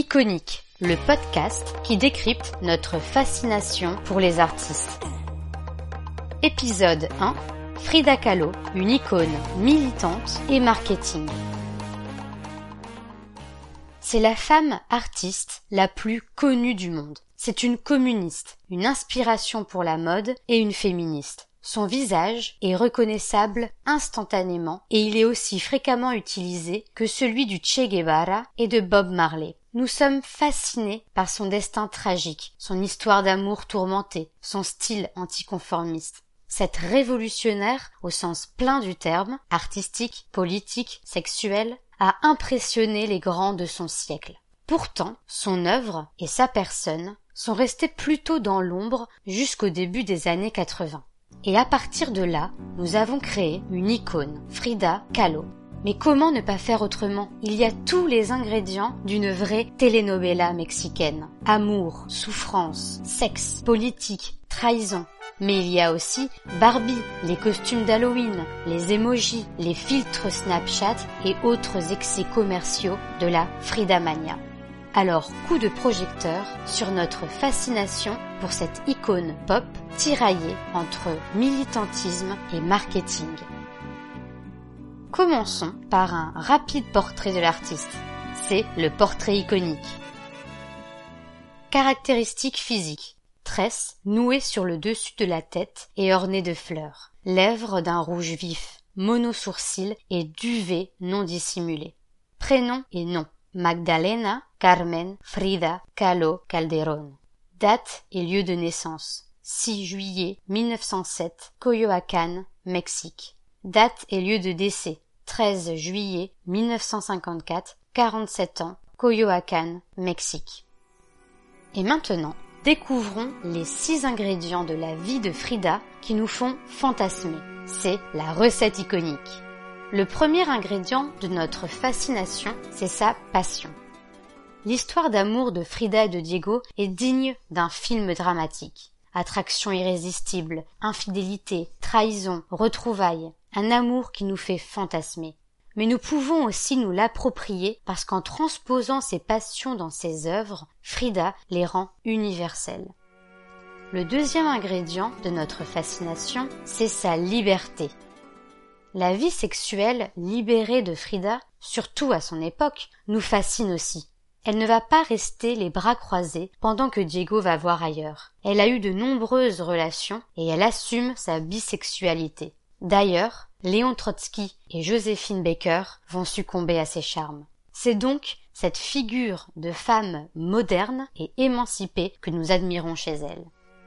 Iconique, le podcast qui décrypte notre fascination pour les artistes. Épisode 1, Frida Kahlo, une icône militante et marketing. C'est la femme artiste la plus connue du monde. C'est une communiste, une inspiration pour la mode et une féministe. Son visage est reconnaissable instantanément et il est aussi fréquemment utilisé que celui du Che Guevara et de Bob Marley. Nous sommes fascinés par son destin tragique, son histoire d'amour tourmentée, son style anticonformiste. Cette révolutionnaire, au sens plein du terme, artistique, politique, sexuelle, a impressionné les grands de son siècle. Pourtant, son œuvre et sa personne sont restés plutôt dans l'ombre jusqu'au début des années 80. Et à partir de là, nous avons créé une icône, Frida Kahlo. Mais comment ne pas faire autrement? Il y a tous les ingrédients d'une vraie telenovela mexicaine. Amour, souffrance, sexe, politique, trahison. Mais il y a aussi Barbie, les costumes d'Halloween, les emojis, les filtres Snapchat et autres excès commerciaux de la Fridamania. Alors, coup de projecteur sur notre fascination pour cette icône pop tiraillée entre militantisme et marketing. Commençons par un rapide portrait de l'artiste. C'est le portrait iconique. Caractéristiques physiques. Tresse nouée sur le dessus de la tête et ornée de fleurs. Lèvres d'un rouge vif, monosourcils et duvet non dissimulé. Prénom et nom. Magdalena Carmen Frida Kahlo Calderón. Date et lieu de naissance. 6 juillet 1907, Coyoacán, Mexique. Date et lieu de décès. 13 juillet 1954, 47 ans, Coyoacán, Mexique. Et maintenant, découvrons les 6 ingrédients de la vie de Frida qui nous font fantasmer. C'est la recette iconique. Le premier ingrédient de notre fascination, c'est sa passion. L'histoire d'amour de Frida et de Diego est digne d'un film dramatique. Attraction irrésistible, infidélité, trahison, retrouvailles, un amour qui nous fait fantasmer. Mais nous pouvons aussi nous l'approprier parce qu'en transposant ses passions dans ses œuvres, Frida les rend universelles. Le deuxième ingrédient de notre fascination, c'est sa liberté. La vie sexuelle libérée de Frida, surtout à son époque, nous fascine aussi. Elle ne va pas rester les bras croisés pendant que Diego va voir ailleurs. Elle a eu de nombreuses relations et elle assume sa bisexualité. D'ailleurs, Léon Trotsky et Joséphine Baker vont succomber à ses charmes. C'est donc cette figure de femme moderne et émancipée que nous admirons chez elle.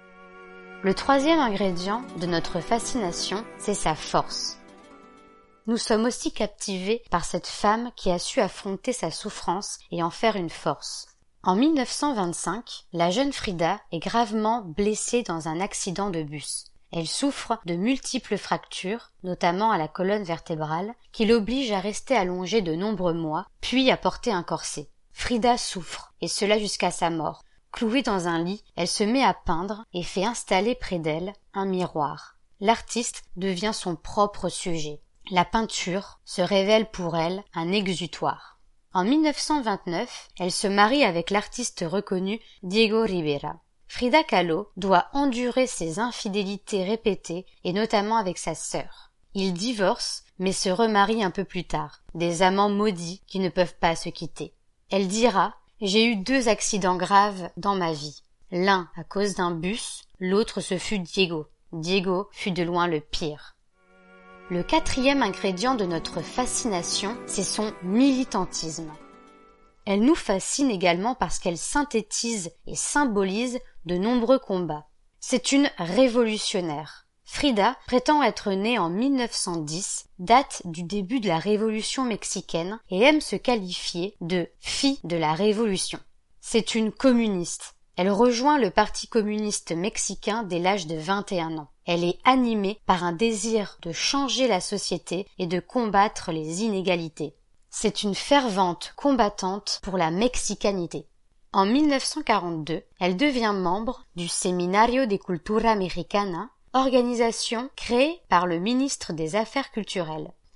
Le troisième ingrédient de notre fascination, c'est sa force. Nous sommes aussi captivés par cette femme qui a su affronter sa souffrance et en faire une force. En 1925, la jeune Frida est gravement blessée dans un accident de bus. Elle souffre de multiples fractures, notamment à la colonne vertébrale, qui l'obligent à rester allongée de nombreux mois, puis à porter un corset. Frida souffre, et cela jusqu'à sa mort. Clouée dans un lit, elle se met à peindre et fait installer près d'elle un miroir. L'artiste devient son propre sujet. La peinture se révèle pour elle un exutoire. En 1929, elle se marie avec l'artiste reconnu Diego Rivera. Frida Kahlo doit endurer ses infidélités répétées et notamment avec sa sœur. Ils divorcent mais se remarient un peu plus tard, des amants maudits qui ne peuvent pas se quitter. Elle dira « J'ai eu 2 accidents graves dans ma vie. L'un à cause d'un bus, l'autre ce fut Diego. Diego fut de loin le pire. » Le quatrième ingrédient de notre fascination, c'est son militantisme. Elle nous fascine également parce qu'elle synthétise et symbolise de nombreux combats. C'est une révolutionnaire. Frida prétend être née en 1910, date du début de la révolution mexicaine, et aime se qualifier de « fille de la révolution ». C'est une communiste. Elle rejoint le Parti communiste mexicain dès l'âge de 21 ans. Elle est animée par un désir de changer la société et de combattre les inégalités. C'est une fervente combattante pour la mexicanité. En 1942, elle devient membre du Seminario de Cultura Mexicana, organisation créée par le ministre des Affaires culturelles.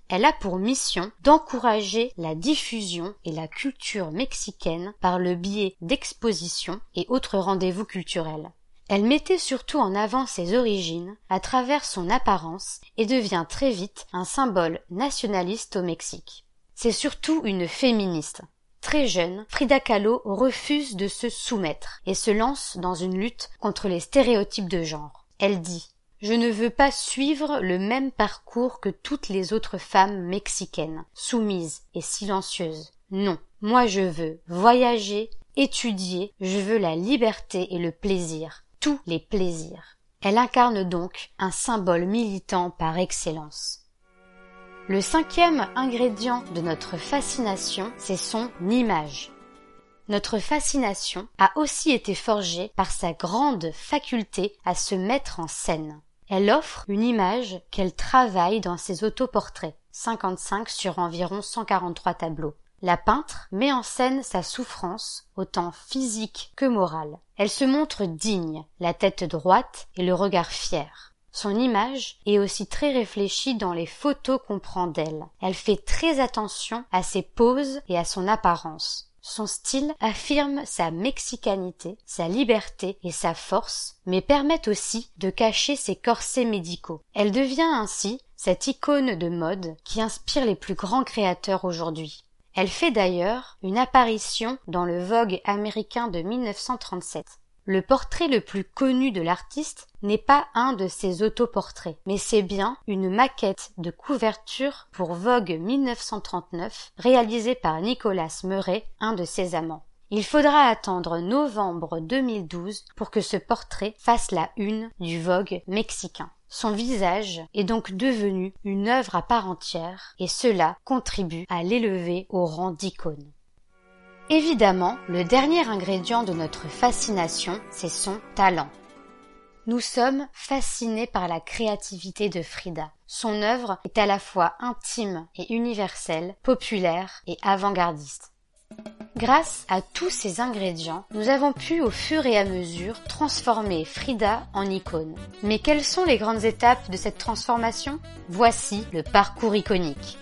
Elle a pour mission d'encourager la diffusion et la culture mexicaine par le biais d'expositions et autres rendez-vous culturels. Elle mettait surtout en avant ses origines à travers son apparence et devient très vite un symbole nationaliste au Mexique. C'est surtout une féministe. Très jeune, Frida Kahlo refuse de se soumettre et se lance dans une lutte contre les stéréotypes de genre. Elle dit « Je ne veux pas suivre le même parcours que toutes les autres femmes mexicaines, soumises et silencieuses. Non, moi je veux voyager, étudier, je veux la liberté et le plaisir, tous les plaisirs. » Elle incarne donc un symbole militant par excellence. Le 5e ingrédient de notre fascination, c'est son image. Notre fascination a aussi été forgée par sa grande faculté à se mettre en scène. Elle offre une image qu'elle travaille dans ses autoportraits, 55 sur environ 143 tableaux. La peintre met en scène sa souffrance, autant physique que morale. Elle se montre digne, la tête droite et le regard fier. Son image est aussi très réfléchie dans les photos qu'on prend d'elle. Elle fait très attention à ses poses et à son apparence. Son style affirme sa mexicanité, sa liberté et sa force, mais permet aussi de cacher ses corsets médicaux. Elle devient ainsi cette icône de mode qui inspire les plus grands créateurs aujourd'hui. Elle fait d'ailleurs une apparition dans le Vogue américain de 1937. Le portrait le plus connu de l'artiste n'est pas un de ses autoportraits, mais c'est bien une maquette de couverture pour Vogue 1939 réalisée par Nicholas Murray, un de ses amants. Il faudra attendre novembre 2012 pour que ce portrait fasse la une du Vogue mexicain. Son visage est donc devenu une œuvre à part entière et cela contribue à l'élever au rang d'icône. Évidemment, le dernier ingrédient de notre fascination, c'est son talent. Nous sommes fascinés par la créativité de Frida. Son œuvre est à la fois intime et universelle, populaire et avant-gardiste. Grâce à tous ces ingrédients, nous avons pu au fur et à mesure transformer Frida en icône. Mais quelles sont les grandes étapes de cette transformation? Voici le parcours iconique.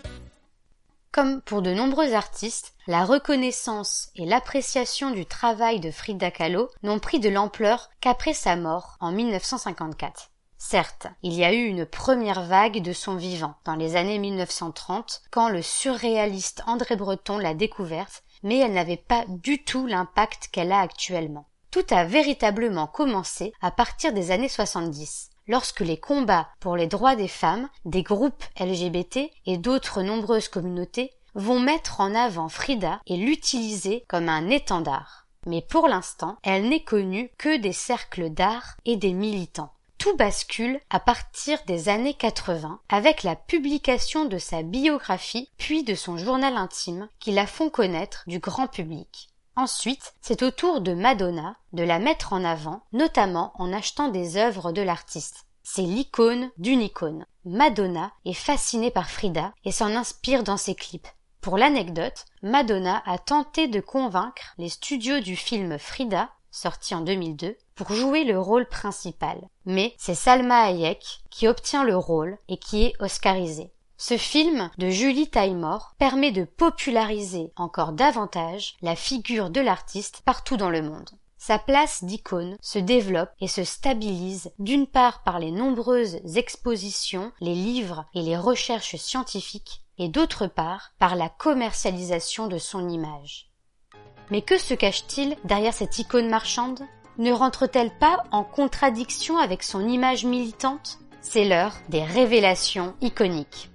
Comme pour de nombreux artistes, la reconnaissance et l'appréciation du travail de Frida Kahlo n'ont pris de l'ampleur qu'après sa mort en 1954. Certes, il y a eu une première vague de son vivant dans les années 1930 quand le surréaliste André Breton l'a découverte, mais elle n'avait pas du tout l'impact qu'elle a actuellement. Tout a véritablement commencé à partir des années 70. Lorsque les combats pour les droits des femmes, des groupes LGBT et d'autres nombreuses communautés vont mettre en avant Frida et l'utiliser comme un étendard. Mais pour l'instant, elle n'est connue que des cercles d'art et des militants. Tout bascule à partir des années 80 avec la publication de sa biographie puis de son journal intime qui la font connaître du grand public. Ensuite, c'est au tour de Madonna de la mettre en avant, notamment en achetant des œuvres de l'artiste. C'est l'icône d'une icône. Madonna est fascinée par Frida et s'en inspire dans ses clips. Pour l'anecdote, Madonna a tenté de convaincre les studios du film Frida, sorti en 2002, pour jouer le rôle principal. Mais c'est Salma Hayek qui obtient le rôle et qui est oscarisée. Ce film de Julie Taymor permet de populariser encore davantage la figure de l'artiste partout dans le monde. Sa place d'icône se développe et se stabilise d'une part par les nombreuses expositions, les livres et les recherches scientifiques et d'autre part par la commercialisation de son image. Mais que se cache-t-il derrière cette icône marchande? Ne rentre-t-elle pas en contradiction avec son image militante? C'est l'heure des révélations iconiques.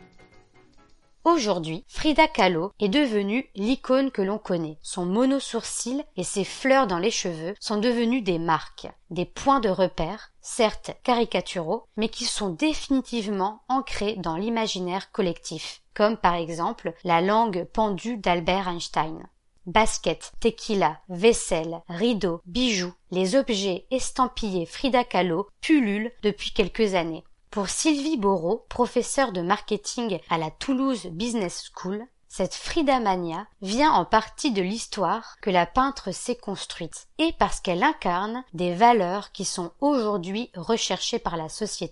Aujourd'hui, Frida Kahlo est devenue l'icône que l'on connaît. Son mono-sourcil et ses fleurs dans les cheveux sont devenus des marques, des points de repère, certes caricaturaux, mais qui sont définitivement ancrés dans l'imaginaire collectif, comme par exemple la langue pendue d'Albert Einstein. Baskets, tequila, vaisselle, rideaux, bijoux, les objets estampillés Frida Kahlo pullulent depuis quelques années. Pour Sylvie Boreau, professeure de marketing à la Toulouse Business School, cette Fridamania vient en partie de l'histoire que la peintre s'est construite et parce qu'elle incarne des valeurs qui sont aujourd'hui recherchées par la société.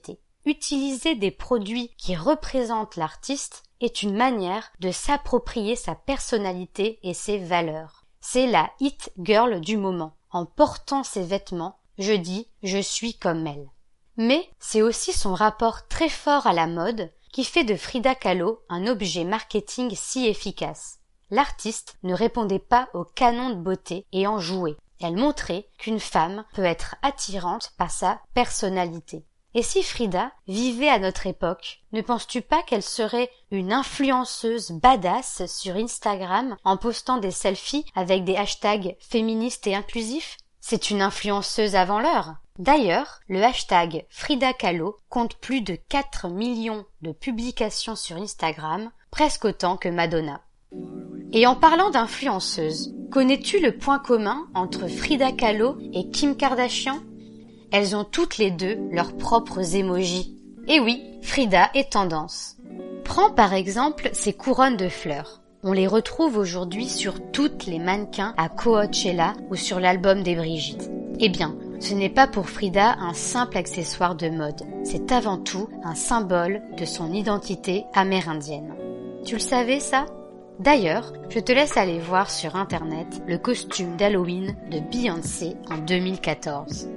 utiliser des produits qui représentent l'artiste est une manière de s'approprier sa personnalité et ses valeurs. C'est la hit girl du moment. En portant ses vêtements, je dis « je suis comme elle ». Mais c'est aussi son rapport très fort à la mode qui fait de Frida Kahlo un objet marketing si efficace. L'artiste ne répondait pas au canon de beauté et en jouait. Elle montrait qu'une femme peut être attirante par sa personnalité. Et si Frida vivait à notre époque, ne penses-tu pas qu'elle serait une influenceuse badass sur Instagram en postant des selfies avec des hashtags féministes et inclusifs? C'est une influenceuse avant l'heure. D'ailleurs, le hashtag Frida Kahlo compte plus de 4 millions de publications sur Instagram, presque autant que Madonna. Et en parlant d'influenceuses, connais-tu le point commun entre Frida Kahlo et Kim Kardashian? Elles ont toutes les deux leurs propres émojis. Et oui, Frida est tendance. Prends par exemple ces couronnes de fleurs. On les retrouve aujourd'hui sur toutes les mannequins à Coachella ou sur l'album des Brigitte. Eh bien, ce n'est pas pour Frida un simple accessoire de mode. C'est avant tout un symbole de son identité amérindienne. Tu le savais ça? D'ailleurs, je te laisse aller voir sur internet le costume d'Halloween de Beyoncé en 2014.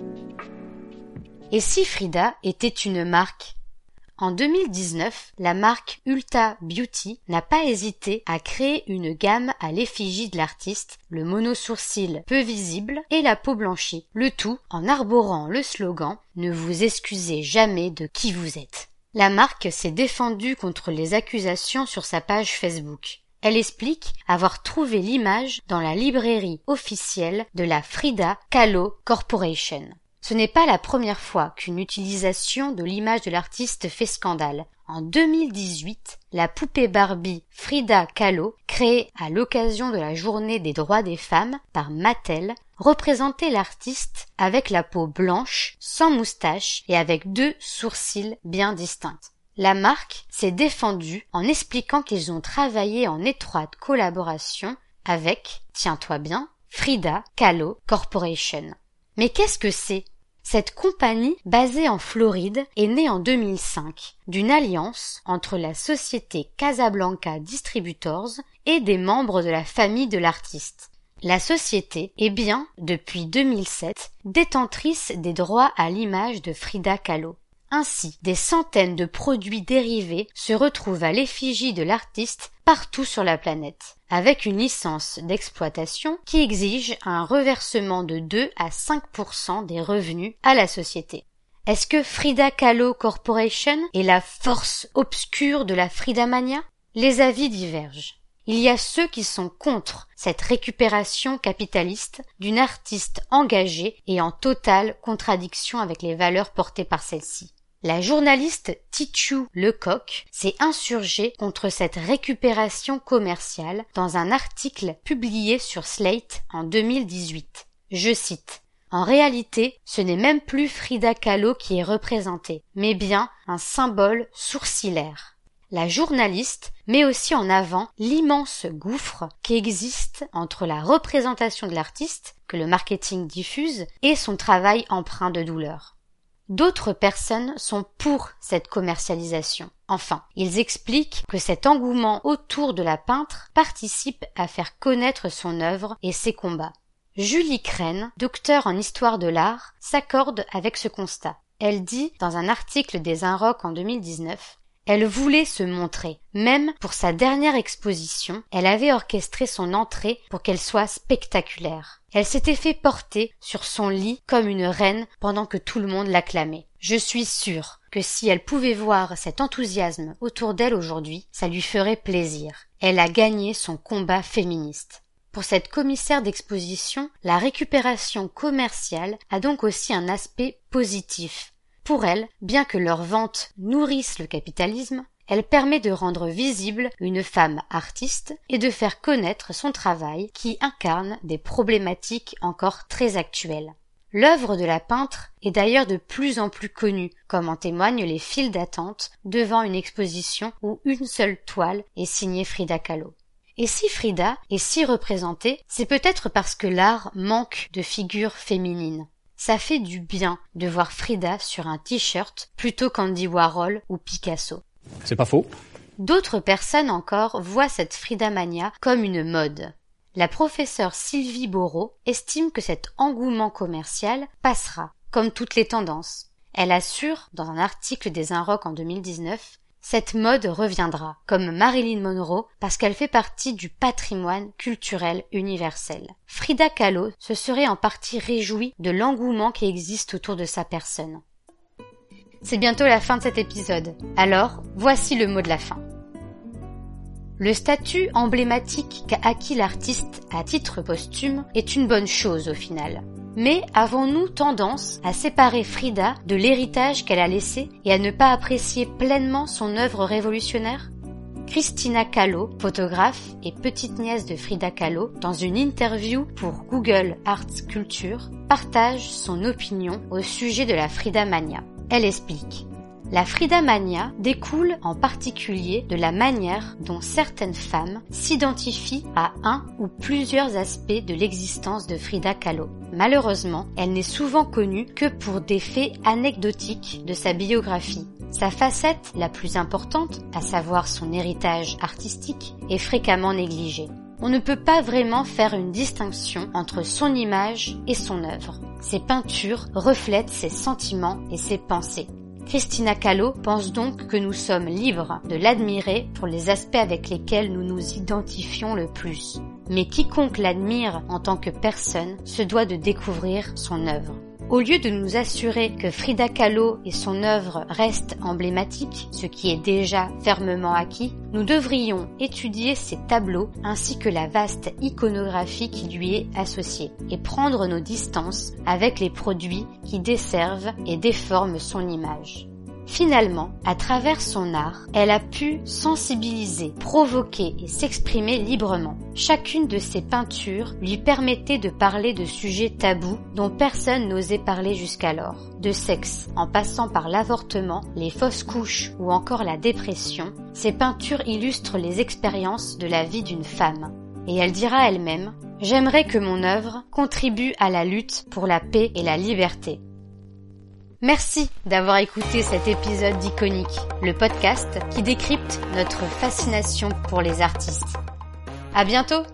Et si Frida était une marque? En 2019, la marque Ulta Beauty n'a pas hésité à créer une gamme à l'effigie de l'artiste, le mono-sourcil peu visible et la peau blanchie, le tout en arborant le slogan « Ne vous excusez jamais de qui vous êtes ». La marque s'est défendue contre les accusations sur sa page Facebook. Elle explique avoir trouvé l'image dans la librairie officielle de la Frida Kahlo Corporation. Ce n'est pas la première fois qu'une utilisation de l'image de l'artiste fait scandale. En 2018, la poupée Barbie Frida Kahlo, créée à l'occasion de la journée des droits des femmes par Mattel, représentait l'artiste avec la peau blanche, sans moustache et avec 2 sourcils bien distincts. La marque s'est défendue en expliquant qu'ils ont travaillé en étroite collaboration avec, tiens-toi bien, Frida Kahlo Corporation. Mais qu'est-ce que c'est? Cette compagnie, basée en Floride, est née en 2005 d'une alliance entre la société Casablanca Distributors et des membres de la famille de l'artiste. La société est bien, depuis 2007, détentrice des droits à l'image de Frida Kahlo. Ainsi, des centaines de produits dérivés se retrouvent à l'effigie de l'artiste partout sur la planète, avec une licence d'exploitation qui exige un reversement de 2 à 5% des revenus à la société. Est-ce que Frida Kahlo Corporation est la force obscure de la Fridamania? Les avis divergent. Il y a ceux qui sont contre cette récupération capitaliste d'une artiste engagée et en totale contradiction avec les valeurs portées par celle-ci. La journaliste Titu Lecoq s'est insurgée contre cette récupération commerciale dans un article publié sur Slate en 2018. Je cite: « En réalité, ce n'est même plus Frida Kahlo qui est représentée, mais bien un symbole sourcilière. » La journaliste met aussi en avant l'immense gouffre qui existe entre la représentation de l'artiste, que le marketing diffuse, et son travail empreint de douleur. D'autres personnes sont pour cette commercialisation. Enfin, ils expliquent que cet engouement autour de la peintre participe à faire connaître son œuvre et ses combats. Julie Crène, docteure en histoire de l'art, s'accorde avec ce constat. Elle dit dans un article des Inrocks en 2019: « Elle voulait se montrer. Même pour sa dernière exposition, elle avait orchestré son entrée pour qu'elle soit spectaculaire. Elle s'était fait porter sur son lit comme une reine pendant que tout le monde l'acclamait. Je suis sûre que si elle pouvait voir cet enthousiasme autour d'elle aujourd'hui, ça lui ferait plaisir. Elle a gagné son combat féministe. » Pour cette commissaire d'exposition, la récupération commerciale a donc aussi un aspect positif. Pour elle, bien que leur vente nourrisse le capitalisme, elle permet de rendre visible une femme artiste et de faire connaître son travail qui incarne des problématiques encore très actuelles. L'œuvre de la peintre est d'ailleurs de plus en plus connue, comme en témoignent les files d'attente devant une exposition où une seule toile est signée Frida Kahlo. Et si Frida est si représentée, c'est peut-être parce que l'art manque de figures féminines. Ça fait du bien de voir Frida sur un t-shirt plutôt qu'Andy Warhol ou Picasso. C'est pas faux. D'autres personnes encore voient cette Frida-mania comme une mode. La professeure Sylvie Boreau estime que cet engouement commercial passera, comme toutes les tendances. Elle assure, dans un article des Inrocks en 2019, cette mode reviendra, comme Marilyn Monroe, parce qu'elle fait partie du patrimoine culturel universel. Frida Kahlo se serait en partie réjouie de l'engouement qui existe autour de sa personne. C'est bientôt la fin de cet épisode, alors voici le mot de la fin. Le statut emblématique qu'a acquis l'artiste à titre posthume est une bonne chose au final. Mais avons-nous tendance à séparer Frida de l'héritage qu'elle a laissé et à ne pas apprécier pleinement son œuvre révolutionnaire ? Christina Kahlo, photographe et petite-nièce de Frida Kahlo, dans une interview pour Google Arts Culture, partage son opinion au sujet de la Frida Mania. Elle explique: la Frida Mania découle en particulier de la manière dont certaines femmes s'identifient à un ou plusieurs aspects de l'existence de Frida Kahlo. Malheureusement, elle n'est souvent connue que pour des faits anecdotiques de sa biographie. Sa facette la plus importante, à savoir son héritage artistique, est fréquemment négligée. On ne peut pas vraiment faire une distinction entre son image et son œuvre. Ses peintures reflètent ses sentiments et ses pensées. Christina Kahlo pense donc que nous sommes libres de l'admirer pour les aspects avec lesquels nous nous identifions le plus. Mais quiconque l'admire en tant que personne se doit de découvrir son œuvre. Au lieu de nous assurer que Frida Kahlo et son œuvre restent emblématiques, ce qui est déjà fermement acquis, nous devrions étudier ses tableaux ainsi que la vaste iconographie qui lui est associée et prendre nos distances avec les produits qui desservent et déforment son image. Finalement, à travers son art, elle a pu sensibiliser, provoquer et s'exprimer librement. Chacune de ses peintures lui permettait de parler de sujets tabous dont personne n'osait parler jusqu'alors. De sexe, en passant par l'avortement, les fausses couches ou encore la dépression, ses peintures illustrent les expériences de la vie d'une femme. Et elle dira elle-même « J'aimerais que mon œuvre contribue à la lutte pour la paix et la liberté ». Merci d'avoir écouté cet épisode d'Iconique, le podcast qui décrypte notre fascination pour les artistes. À bientôt!